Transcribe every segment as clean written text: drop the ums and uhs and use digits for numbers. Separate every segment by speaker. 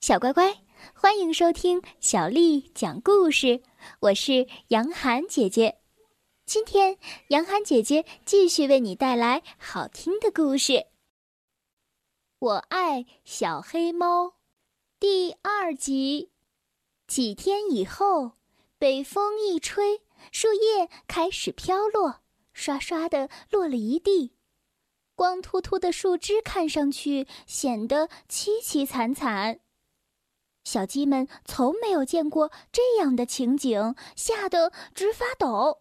Speaker 1: 小乖乖，欢迎收听小丽讲故事，我是杨涵姐姐。今天杨涵姐姐继续为你带来好听的故事。我爱小黑猫第2集。几天以后，北风一吹，树叶开始飘落，刷刷地落了一地。光秃秃的树枝看上去显得凄凄惨惨。小鸡们从没有见过这样的情景，吓得直发抖。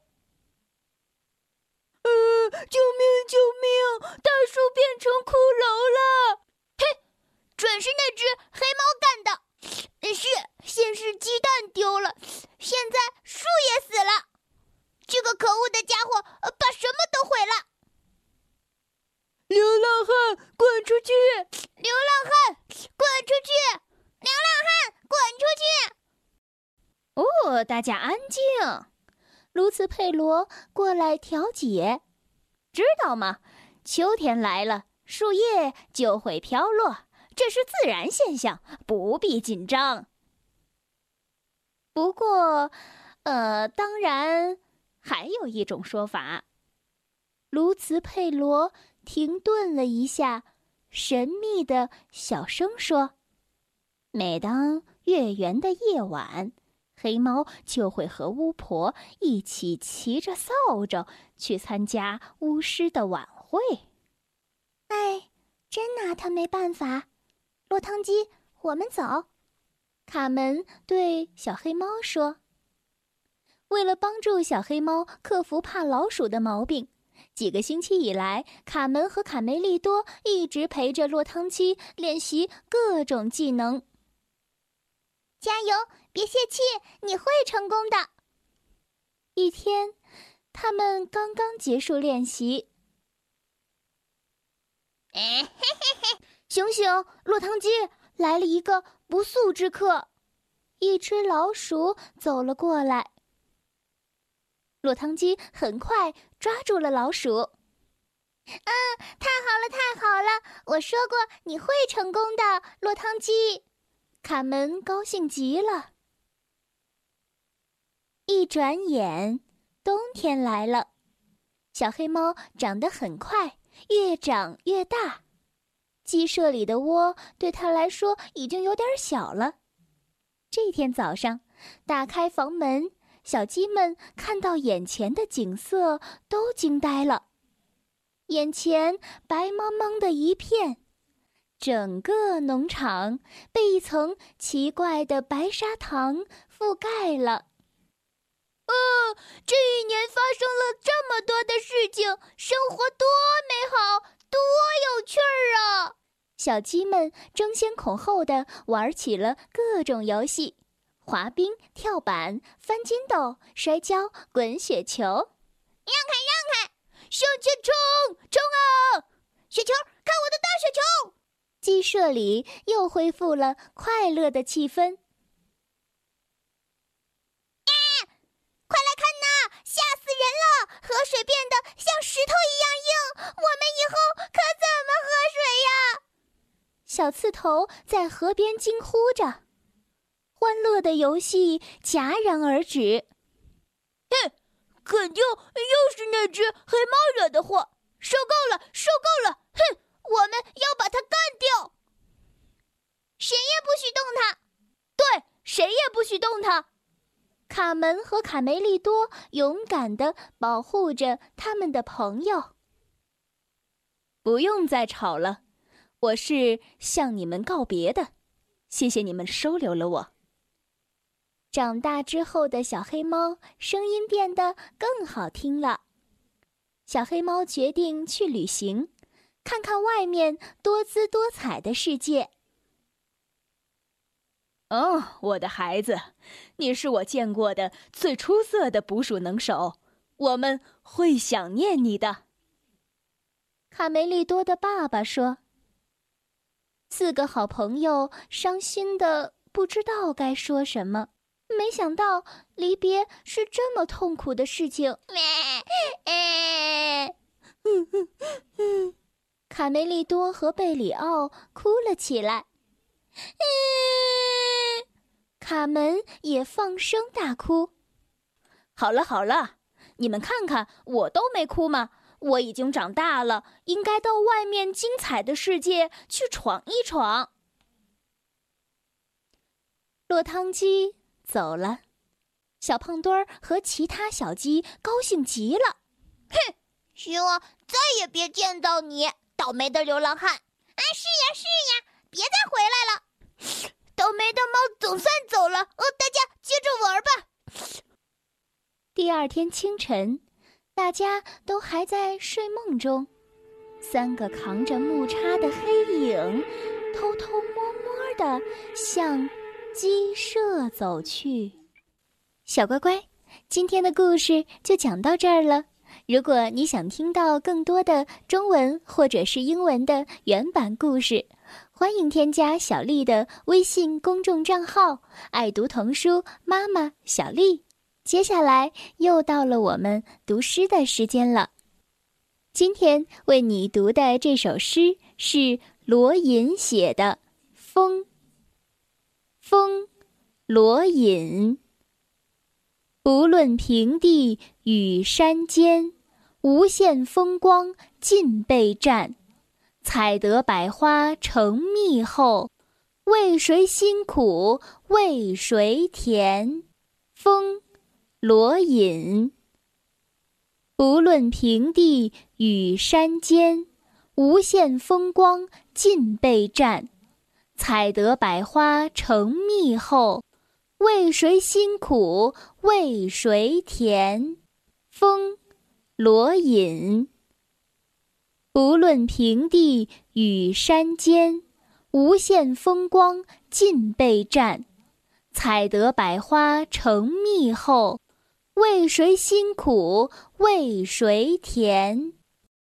Speaker 2: 救命！救命！大树变成骷髅了！
Speaker 3: 嘿，准是那只黑猫干的。先是鸡蛋丢了，现在树也死了。这个可恶的家伙把什么都毁了。
Speaker 2: 流浪汉，滚出去！
Speaker 3: 流浪汉，滚出去！流浪汉，滚出去！
Speaker 1: 哦，大家安静。卢茨佩罗过来调解。知道吗？秋天来了，树叶就会飘落，这是自然现象，不必紧张。不过，当然，还有一种说法。卢茨佩罗停顿了一下，神秘地小声说：每当月圆的夜晚，黑猫就会和巫婆一起骑着扫帚去参加巫师的晚会。
Speaker 3: 哎，真拿他没办法。落汤鸡，我们走。
Speaker 1: 卡门对小黑猫说。为了帮助小黑猫克服怕老鼠的毛病，几个星期以来，卡门和卡梅利多一直陪着落汤鸡练习各种技能。
Speaker 3: 加油，别泄气，你会成功的。
Speaker 1: 一天，他们刚刚结束练习。醒醒，落汤鸡，来了一个不速之客。一只老鼠走了过来。落汤鸡很快抓住了老鼠。
Speaker 3: 太好了，太好了！我说过你会成功的，落汤鸡。
Speaker 1: 卡门高兴极了。一转眼，冬天来了。小黑猫长得很快，越长越大。鸡舍里的窝对它来说已经有点小了。这天早上，打开房门，小鸡们看到眼前的景色都惊呆了。眼前白茫茫的一片，整个农场被一层奇怪的白砂糖覆盖了。
Speaker 3: 这一年发生了这么多的事情，生活多美好，多有趣儿啊！
Speaker 1: 小鸡们争先恐后地玩起了各种游戏，滑冰、跳板、翻筋斗、摔跤、滚雪球。
Speaker 3: 让开！向前冲！冲啊！雪球，看我的大雪球！
Speaker 1: 鸡舍里又恢复了快乐的气氛。
Speaker 3: 快来看呐，吓死人了！河水变得像石头一样硬，我们以后可怎么喝水呀？
Speaker 1: 小刺头在河边惊呼着，欢乐的游戏戛然而止。
Speaker 2: 肯定又是那只黑猫惹的祸！受够了！哼，我们要把它干掉！
Speaker 3: 谁也不许动它！
Speaker 2: 对，谁也不许动它！
Speaker 1: 卡门和卡梅利多勇敢地保护着他们的朋友。不用再吵了，我是向你们告别的，谢谢你们收留了我。长大之后的小黑猫声音变得更好听了。小黑猫决定去旅行，看看外面多姿多彩的世界。我的孩子，你是我见过的最出色的捕鼠能手，我们会想念你的。卡梅利多的爸爸说。4个好朋友伤心的不知道该说什么。没想到离别是这么痛苦的事情。卡梅利多和贝里奥哭了起来。 卡门也放声大哭。好了好了，你们看看，我都没哭吗？我已经长大了，应该到外面精彩的世界去闯一闯。落汤鸡走了，小胖墩儿和其他小鸡高兴极了。
Speaker 3: 哼，希望再也别见到你，倒霉的流浪汉！是呀是呀，别再回来了。倒霉的猫总算走了，大家接着玩吧。
Speaker 1: 第二天清晨，大家都还在睡梦中，3个扛着木叉的黑影偷偷摸摸地向鸡舍走去。小乖乖，今天的故事就讲到这儿了。如果你想听到更多的中文或者是英文的原版故事，欢迎添加小丽的微信公众账号“爱读童书妈妈小丽”。接下来又到了我们读诗的时间了。今天为你读的这首诗是罗隐写的《风》。风，罗隐。不论平地与山间，无限风光尽被占。采得百花成蜜后，为谁辛苦为谁甜？风，罗隐。不论平地与山间，无限风光尽被占。采得百花成蜜后，为谁辛苦为谁甜？风，罗隐。不论平地与山间，无限风光尽被占。采得百花成蜜后，为谁辛苦为谁甜？